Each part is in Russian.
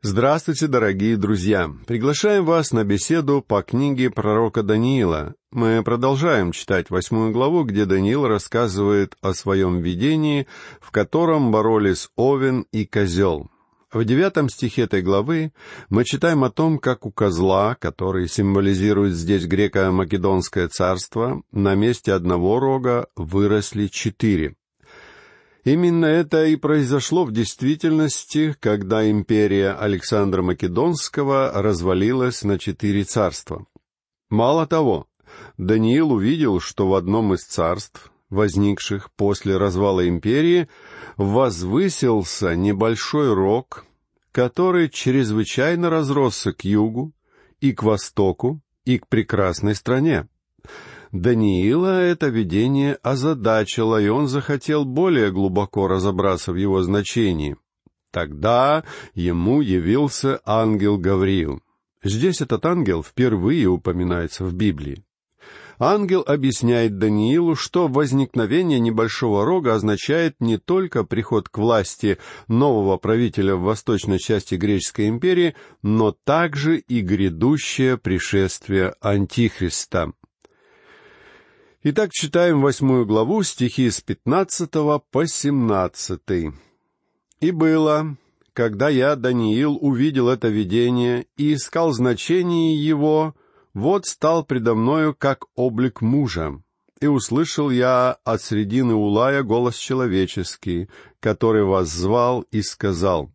Здравствуйте, дорогие друзья! Приглашаем вас на беседу по книге пророка Даниила. Мы продолжаем читать 8 главу, где Даниил рассказывает о своем видении, в котором боролись Овен и козел. В 9 стихе этой главы мы читаем о том, как у козла, который символизирует здесь греко-македонское царство, на месте одного рога выросли 4. Именно это и произошло в действительности, когда империя Александра Македонского развалилась на 4 царства. Мало того, Даниил увидел, что в одном из царств, возникших после развала империи, возвысился небольшой рог, который чрезвычайно разросся к югу и к востоку и к прекрасной стране. Даниила это видение озадачило, и он захотел более глубоко разобраться в его значении. Тогда ему явился ангел Гавриил. Здесь этот ангел впервые упоминается в Библии. Ангел объясняет Даниилу, что возникновение небольшого рога означает не только приход к власти нового правителя в восточной части Греческой империи, но также и грядущее пришествие Антихриста. Итак, читаем 8 главу, стихи с 15 по 17. «И было, когда я, Даниил, увидел это видение и искал значение его, вот стал предо мною как облик мужа, и услышал я от средины Улая голос человеческий, который воззвал и сказал: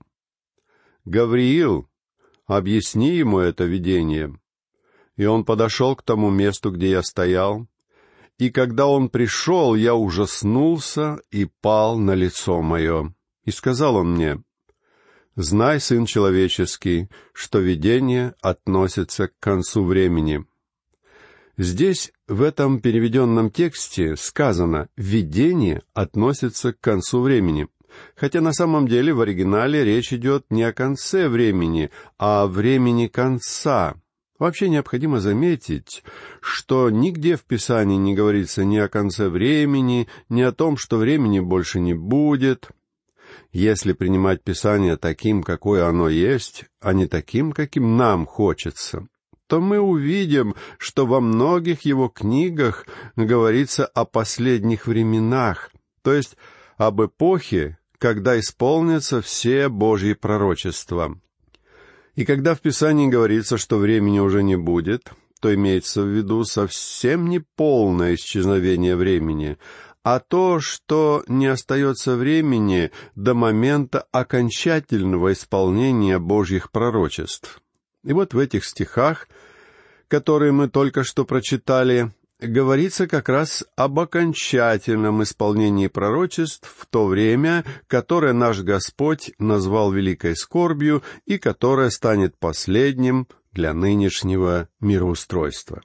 „Гавриил, объясни ему это видение“. И он подошел к тому месту, где я стоял, и когда он пришел, я ужаснулся и пал на лицо мое. И сказал он мне: „Знай, сын человеческий, что видение относится к концу времени“». Здесь, в этом переведенном тексте, сказано «видение относится к концу времени», хотя на самом деле в оригинале речь идет не о конце времени, а о времени конца. Вообще необходимо заметить, что нигде в Писании не говорится ни о конце времени, ни о том, что времени больше не будет. Если принимать Писание таким, какое оно есть, а не таким, каким нам хочется, то мы увидим, что во многих его книгах говорится о последних временах, то есть об эпохе, когда исполнятся все Божьи пророчества. И когда в Писании говорится, что времени уже не будет, то имеется в виду совсем не полное исчезновение времени, а то, что не остается времени до момента окончательного исполнения Божьих пророчеств. И вот в этих стихах, которые мы только что прочитали, говорится как раз об окончательном исполнении пророчеств в то время, которое наш Господь назвал великой скорбью и которое станет последним для нынешнего мироустройства.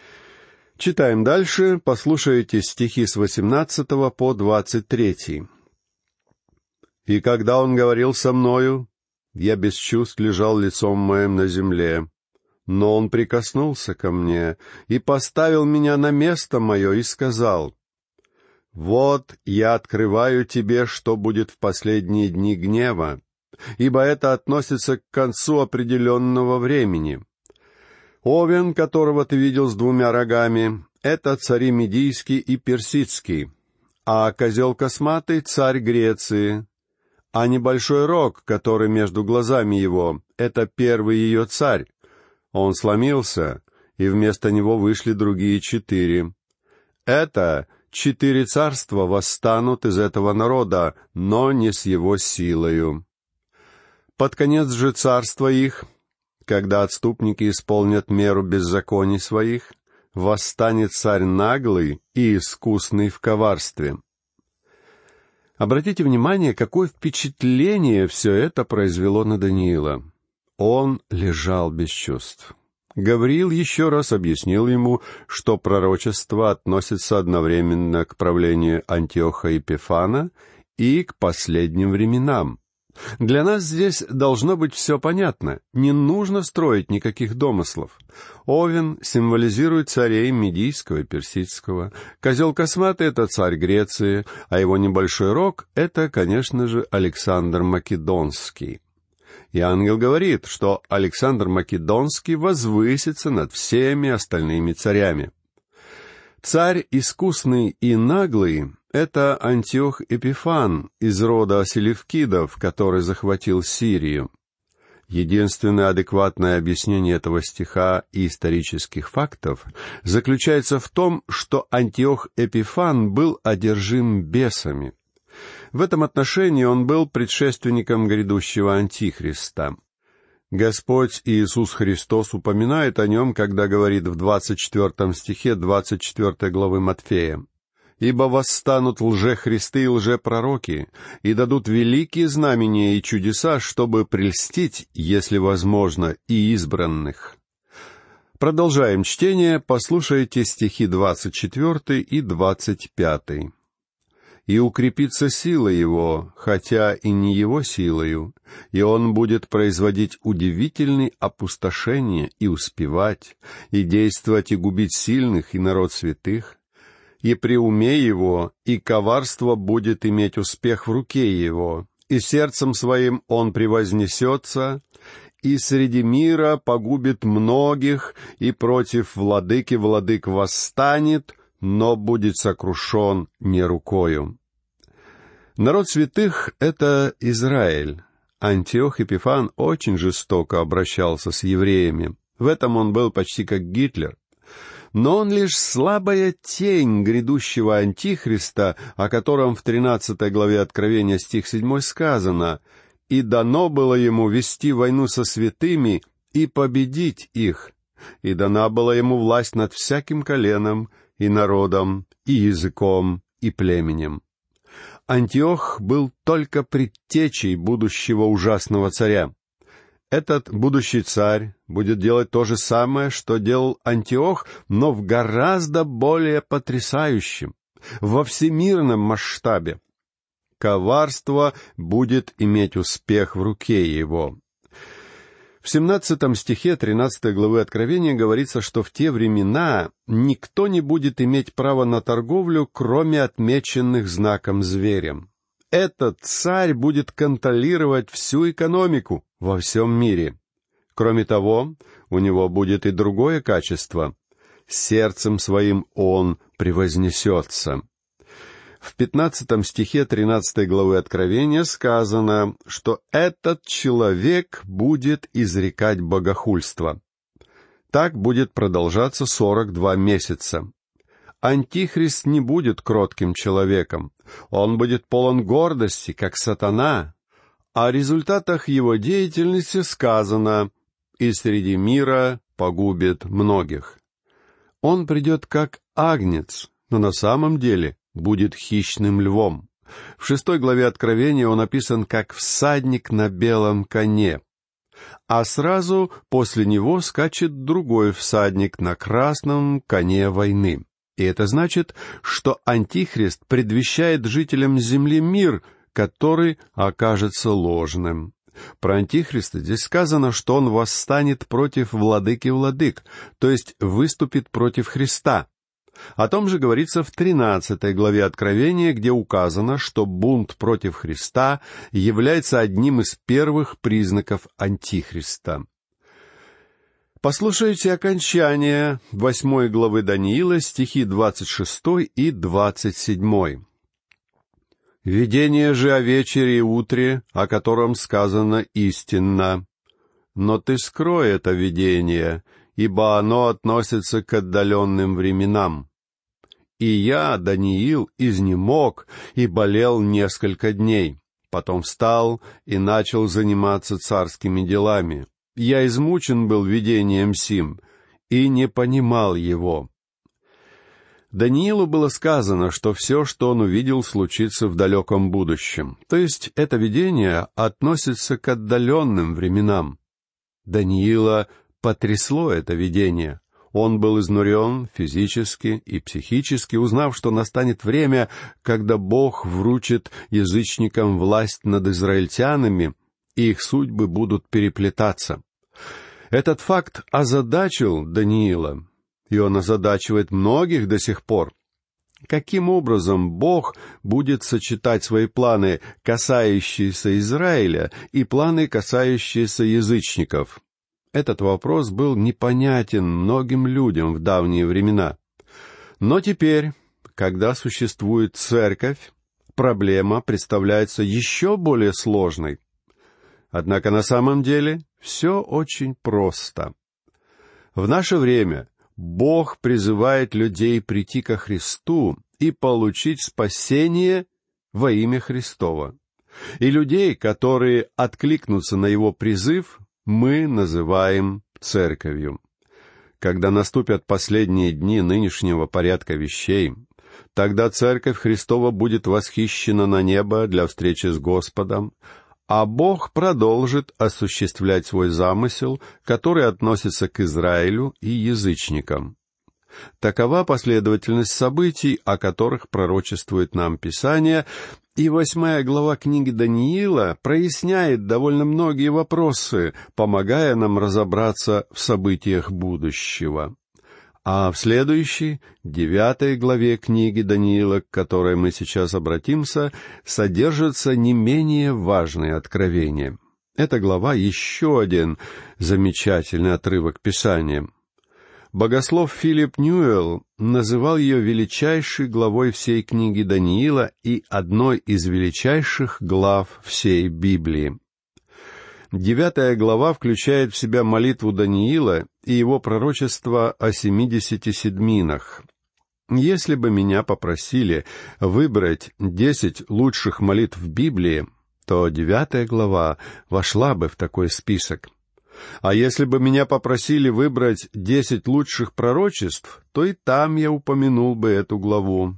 Читаем дальше, послушайте стихи с 18 по 23. «И когда он говорил со мною, я без чувств лежал лицом моим на земле. Но он прикоснулся ко мне и поставил меня на место мое и сказал: „Вот я открываю тебе, что будет в последние дни гнева, ибо это относится к концу определенного времени. Овен, которого ты видел с 2 рогами, это цари Медийский и Персидский, а козел косматый — царь Греции, а небольшой рог, который между глазами его, это первый ее царь. Он сломился, и вместо него вышли другие 4. Это 4 царства восстанут из этого народа, но не с его силою. Под конец же царства их, когда отступники исполнят меру беззаконий своих, восстанет царь наглый и искусный в коварстве». Обратите внимание, какое впечатление все это произвело на Даниила. Он лежал без чувств. Гавриил еще раз объяснил ему, что пророчество относится одновременно к правлению Антиоха Епифана и к последним временам. Для нас здесь должно быть все понятно, не нужно строить никаких домыслов. Овен символизирует царей Медийского и Персидского, козел косматый — это царь Греции, а его небольшой рог — это, конечно же, Александр Македонский. И ангел говорит, что Александр Македонский возвысится над всеми остальными царями. Царь искусный и наглый — это Антиох Эпифан из рода селевкидов, который захватил Сирию. Единственное адекватное объяснение этого стиха и исторических фактов заключается в том, что Антиох Эпифан был одержим бесами. В этом отношении он был предшественником грядущего Антихриста. Господь Иисус Христос упоминает о нем, когда говорит в 24 стихе 24 главы Матфея: «Ибо восстанут лжехристы и лжепророки, и дадут великие знамения и чудеса, чтобы прельстить, если возможно, и избранных». Продолжаем чтение, послушайте стихи 24 и 25. «И укрепится сила его, хотя и не его силою, и он будет производить удивительные опустошения и успевать, и действовать и губить сильных и народ святых. И при уме его, и коварство будет иметь успех в руке его, и сердцем своим он превознесется, и среди мира погубит многих, и против владыки владык восстанет, но будет сокрушен не рукою». Народ святых — это Израиль. Антиох Эпифан очень жестоко обращался с евреями. В этом он был почти как Гитлер. Но он лишь слабая тень грядущего Антихриста, о котором в 13 главе Откровения стих 7 сказано: «И дано было ему вести войну со святыми и победить их, и дана была ему власть над всяким коленом, и народом, и языком, и племенем». Антиох был только предтечей будущего ужасного царя. Этот будущий царь будет делать то же самое, что делал Антиох, но в гораздо более потрясающем, во всемирном масштабе. Коварство будет иметь успех в руке его. В 17 стихе 13 главы Откровения говорится, что в те времена никто не будет иметь права на торговлю, кроме отмеченных знаком зверем. Этот царь будет контролировать всю экономику во всем мире. Кроме того, у него будет и другое качество. Сердцем своим он превознесется. В 15 стихе 13 главы Откровения сказано, что этот человек будет изрекать богохульство. Так будет продолжаться 42 месяца. Антихрист не будет кротким человеком. Он будет полон гордости, как сатана. О результатах его деятельности сказано: «И среди мира погубит многих». Он придет как агнец, но на самом деле будет хищным львом. В 6 главе Откровения он описан как всадник на белом коне. А сразу после него скачет другой всадник на красном коне войны. И это значит, что Антихрист предвещает жителям земли мир, который окажется ложным. Про Антихриста здесь сказано, что он восстанет против владыки владык, то есть выступит против Христа. О том же говорится в 13 главе Откровения, где указано, что бунт против Христа является одним из первых признаков Антихриста. Послушайте окончание 8 главы Даниила, стихи 26 и 27. «Видение же о вечере и утре, о котором сказано истинно. Но ты скрой это видение, ибо оно относится к отдаленным временам. И я, Даниил, изнемог и болел несколько дней. Потом встал и начал заниматься царскими делами. Я измучен был видением сим и не понимал его». Даниилу было сказано, что все, что он увидел, случится в далеком будущем. То есть это видение относится к отдаленным временам. Даниила потрясло это видение. Он был изнурен физически и психически, узнав, что настанет время, когда Бог вручит язычникам власть над израильтянами, и их судьбы будут переплетаться. Этот факт озадачил Даниила, и он озадачивает многих до сих пор. Каким образом Бог будет сочетать свои планы, касающиеся Израиля, и планы, касающиеся язычников? Этот вопрос был непонятен многим людям в давние времена. Но теперь, когда существует церковь, проблема представляется еще более сложной. Однако на самом деле все очень просто. В наше время Бог призывает людей прийти ко Христу и получить спасение во имя Христово. И людей, которые откликнутся на Его призыв, мы называем церковью. Когда наступят последние дни нынешнего порядка вещей, тогда Церковь Христова будет восхищена на небо для встречи с Господом, а Бог продолжит осуществлять свой замысел, который относится к Израилю и язычникам. Такова последовательность событий, о которых пророчествует нам Писание, и 8 глава книги Даниила проясняет довольно многие вопросы, помогая нам разобраться в событиях будущего. А в следующей, 9 главе книги Даниила, к которой мы сейчас обратимся, содержатся не менее важные откровения. Эта глава — еще один замечательный отрывок Писания. Богослов Филипп Ньюэлл называл ее величайшей главой всей книги Даниила и одной из величайших глав всей Библии. 9 глава включает в себя молитву Даниила и его пророчество о 70 седминах. Если бы меня попросили выбрать 10 лучших молитв в Библии, то 9 глава вошла бы в такой список. А если бы меня попросили выбрать 10 лучших пророчеств, то и там я упомянул бы эту главу.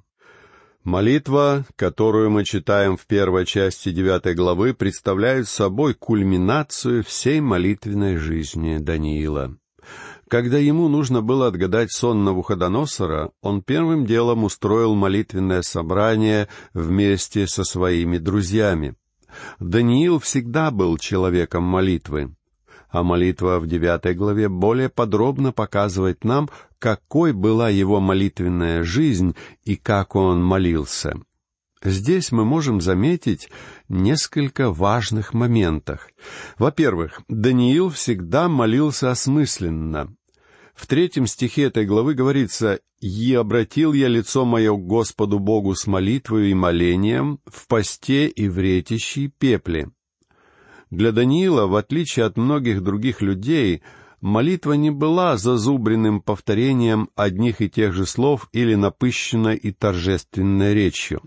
Молитва, которую мы читаем в первой части 9 главы, представляет собой кульминацию всей молитвенной жизни Даниила. Когда ему нужно было отгадать сон Навуходоносора, он первым делом устроил молитвенное собрание вместе со своими друзьями. Даниил всегда был человеком молитвы. А молитва в 9 главе более подробно показывает нам, какой была его молитвенная жизнь и как он молился. Здесь мы можем заметить несколько важных моментов. Во-первых, Даниил всегда молился осмысленно. В 3 стихе этой главы говорится: «И обратил я лицо мое к Господу Богу с молитвою и молением в посте и в ретище и пепле». Для Даниила, в отличие от многих других людей, молитва не была зазубренным повторением одних и тех же слов или напыщенной и торжественной речью.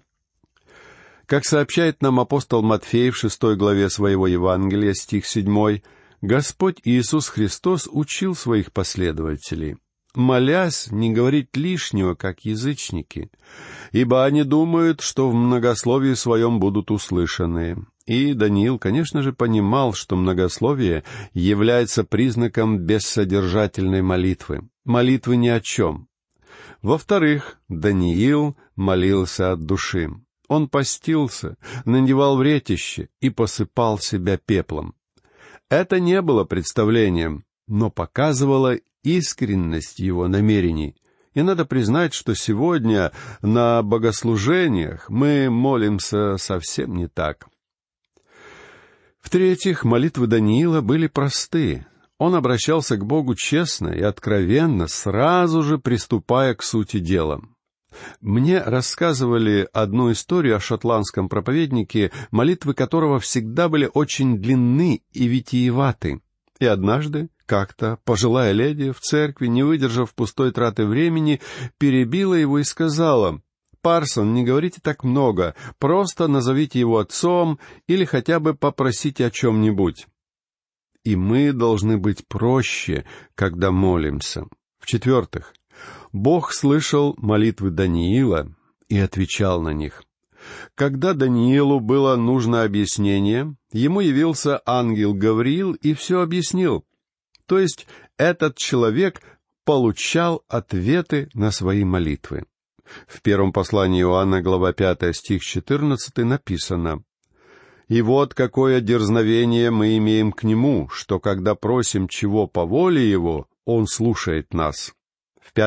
Как сообщает нам апостол Матфей в 6 главе своего Евангелия, стих 7, Господь Иисус Христос учил своих последователей: «Молясь, не говорить лишнего, как язычники, ибо они думают, что в многословии своем будут услышаны». И Даниил, конечно же, понимал, что многословие является признаком бессодержательной молитвы, молитвы ни о чем. Во-вторых, Даниил молился от души. Он постился, надевал вретище и посыпал себя пеплом. Это не было представлением, но показывало искренность его намерений. И надо признать, что сегодня на богослужениях мы молимся совсем не так. В-третьих, молитвы Даниила были просты. Он обращался к Богу честно и откровенно, сразу же приступая к сути дела. Мне рассказывали одну историю о шотландском проповеднике, молитвы которого всегда были очень длинны и витиеваты. И однажды как-то пожилая леди в церкви, не выдержав пустой траты времени, перебила его и сказала: «Парсон, не говорите так много, просто назовите его отцом или хотя бы попросите о чем-нибудь». И мы должны быть проще, когда молимся. В-четвертых, Бог слышал молитвы Даниила и отвечал на них. Когда Даниилу было нужно объяснение, ему явился ангел Гавриил и все объяснил. То есть этот человек получал ответы на свои молитвы. В первом послании Иоанна, глава 5, стих 14, написано: «И вот какое дерзновение мы имеем к Нему, что когда просим чего по воле Его, Он слушает нас». В-пятых,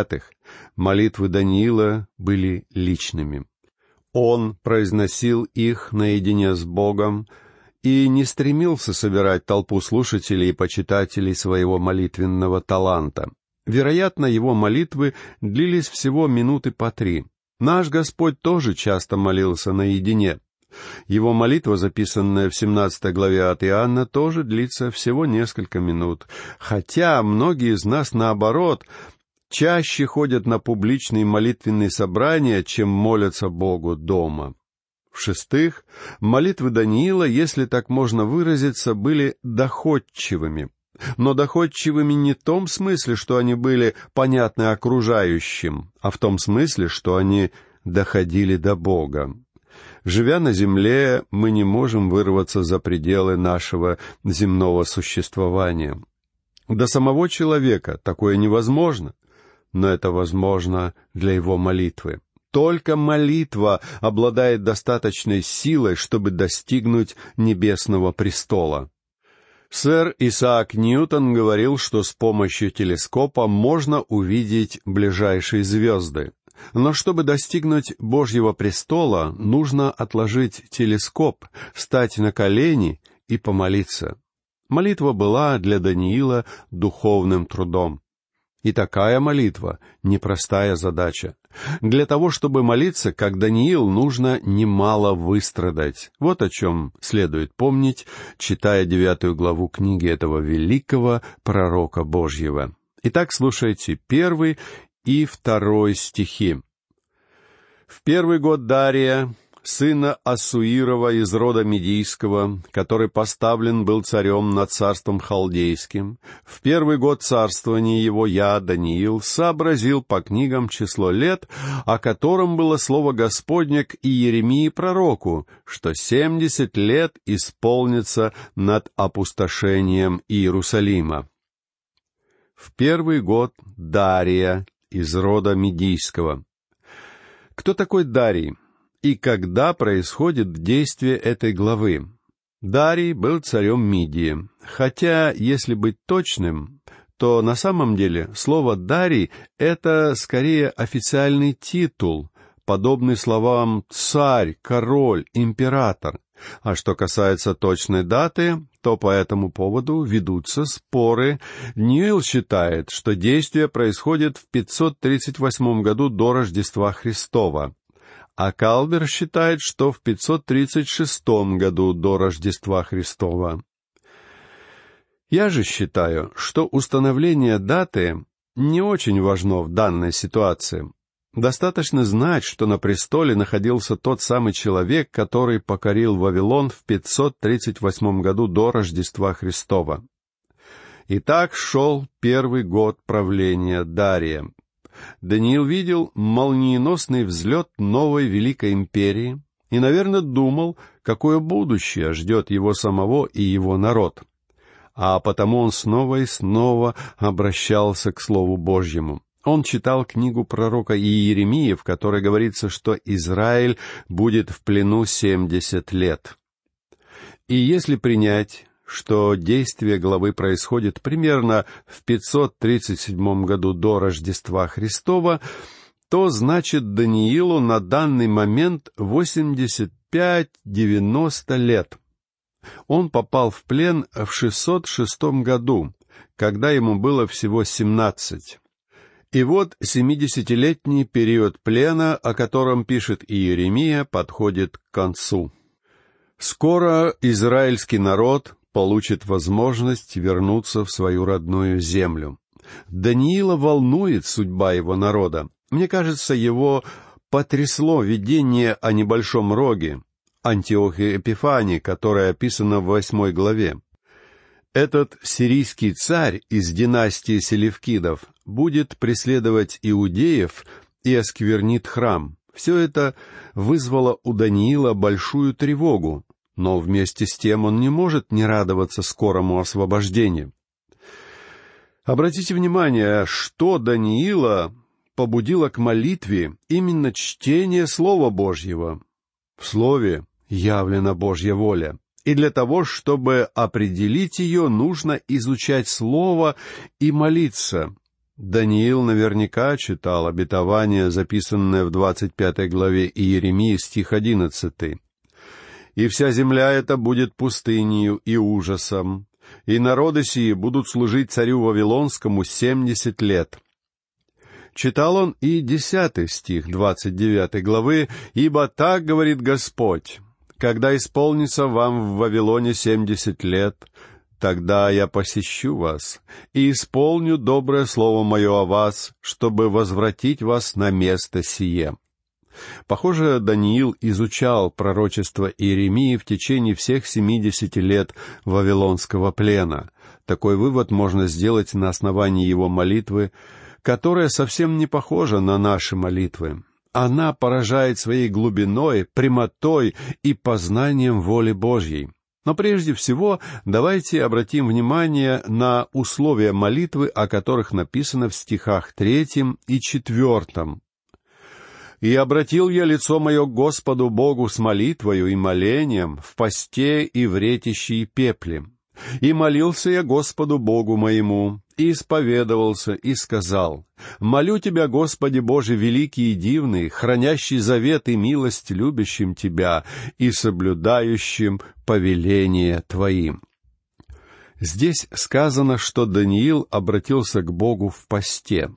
Молитвы Даниила были личными. Он произносил их наедине с Богом и не стремился собирать толпу слушателей и почитателей своего молитвенного таланта. Вероятно, его молитвы длились всего минуты по 3. Наш Господь тоже часто молился наедине. Его молитва, записанная в 17 главе от Иоанна, тоже длится всего несколько минут, хотя многие из нас, наоборот, чаще ходят на публичные молитвенные собрания, чем молятся Богу дома. В-шестых, молитвы Даниила, если так можно выразиться, были доходчивыми. Но доходчивыми не в том смысле, что они были понятны окружающим, а в том смысле, что они доходили до Бога. Живя на земле, мы не можем вырваться за пределы нашего земного существования. До самого человека такое невозможно, но это возможно для его молитвы. Только молитва обладает достаточной силой, чтобы достигнуть небесного престола. Сэр Исаак Ньютон говорил, что с помощью телескопа можно увидеть ближайшие звезды. Но чтобы достигнуть Божьего престола, нужно отложить телескоп, встать на колени и помолиться. Молитва была для Даниила духовным трудом. И такая молитва — непростая задача. Для того, чтобы молиться, как Даниил, нужно немало выстрадать. Вот о чем следует помнить, читая 9 главу книги этого великого пророка Божьего. Итак, слушайте 1 и 2 стихи. «В 1 год Дария, сына Ассуирова из рода Медийского, который поставлен был царем над царством Халдейским, в 1 год царствования его я, Даниил, сообразил по книгам число лет, о котором было слово Господне к Иеремии пророку, что 70 лет исполнится над опустошением Иерусалима. В 1 год Дария из рода Медийского». Кто такой Дарий? И когда происходит действие этой главы? Дарий был царем Мидии. Хотя, если быть точным, то на самом деле слово «Дарий» — это скорее официальный титул, подобный словам «царь», «король», «император». А что касается точной даты, то по этому поводу ведутся споры. Ньюэлл считает, что действие происходит в 538 году до Рождества Христова, а Калбер считает, что в 536 году до Рождества Христова. Я же считаю, что установление даты не очень важно в данной ситуации. Достаточно знать, что на престоле находился тот самый человек, который покорил Вавилон в 538 году до Рождества Христова. Итак, шел 1 год правления Дария. Даниил видел молниеносный взлет новой великой империи и, наверное, думал, какое будущее ждет его самого и его народ. А потому он снова и снова обращался к Слову Божьему. Он читал книгу пророка Иеремии, в которой говорится, что Израиль будет в плену 70 лет. И если принять, что действие главы происходит примерно в 537 году до Рождества Христова, то значит Даниилу на данный момент 85-90 лет. Он попал в плен в 606 году, когда ему было всего 17. И вот 70-летний период плена, о котором пишет Иеремия, подходит к концу. Скоро израильский народ получит возможность вернуться в свою родную землю. Даниила волнует судьба его народа. Мне кажется, его потрясло видение о небольшом роге, Антиохе Эпифании, которое описано в 8 главе. Этот сирийский царь из династии Селевкидов будет преследовать иудеев и осквернит храм. Все это вызвало у Даниила большую тревогу, но вместе с тем он не может не радоваться скорому освобождению. Обратите внимание, что Даниила побудило к молитве именно чтение Слова Божьего. В Слове явлена Божья воля. И для того, чтобы определить ее, нужно изучать Слово и молиться. Даниил наверняка читал обетование, записанное в 25 главе Иеремии, стих 11. «И вся земля эта будет пустынею и ужасом, и народы сии будут служить царю Вавилонскому 70 лет». Читал он и 10 стих 29 главы: «Ибо так говорит Господь, когда исполнится вам в Вавилоне 70 лет, тогда я посещу вас и исполню доброе слово мое о вас, чтобы возвратить вас на место сие». Похоже, Даниил изучал пророчество Иеремии в течение всех 70 лет вавилонского плена. Такой вывод можно сделать на основании его молитвы, которая совсем не похожа на наши молитвы. Она поражает своей глубиной, прямотой и познанием воли Божьей. Но прежде всего давайте обратим внимание на условия молитвы, о которых написано в стихах 3 и 4. «И обратил я лицо мое к Господу Богу с молитвою и молением в посте и в ретище и пепле. И молился я Господу Богу моему, и исповедовался, и сказал: молю Тебя, Господи Боже великий и дивный, хранящий завет и милость любящим Тебя и соблюдающим повеления Твоим». Здесь сказано, что Даниил обратился к Богу в посте.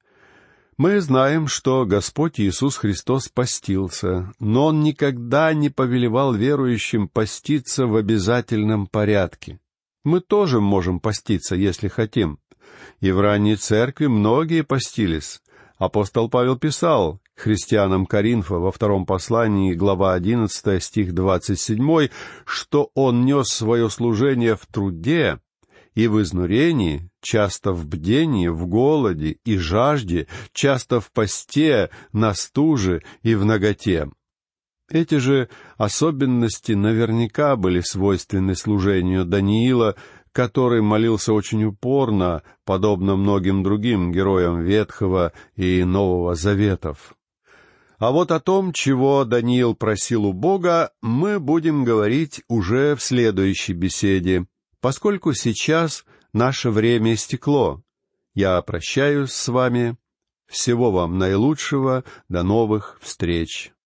Мы знаем, что Господь Иисус Христос постился, но Он никогда не повелевал верующим поститься в обязательном порядке. Мы тоже можем поститься, если хотим. И в ранней церкви многие постились. Апостол Павел писал христианам Коринфа во 2 послании, глава 11, стих 27, что он нес свое служение в труде и в изнурении, часто в бдении, в голоде и жажде, часто в посте, на стуже и в наготе. Эти же особенности наверняка были свойственны служению Даниила, который молился очень упорно, подобно многим другим героям Ветхого и Нового Заветов. А вот о том, чего Даниил просил у Бога, мы будем говорить уже в следующей беседе, поскольку сейчас наше время истекло. Я прощаюсь с вами. Всего вам наилучшего. До новых встреч.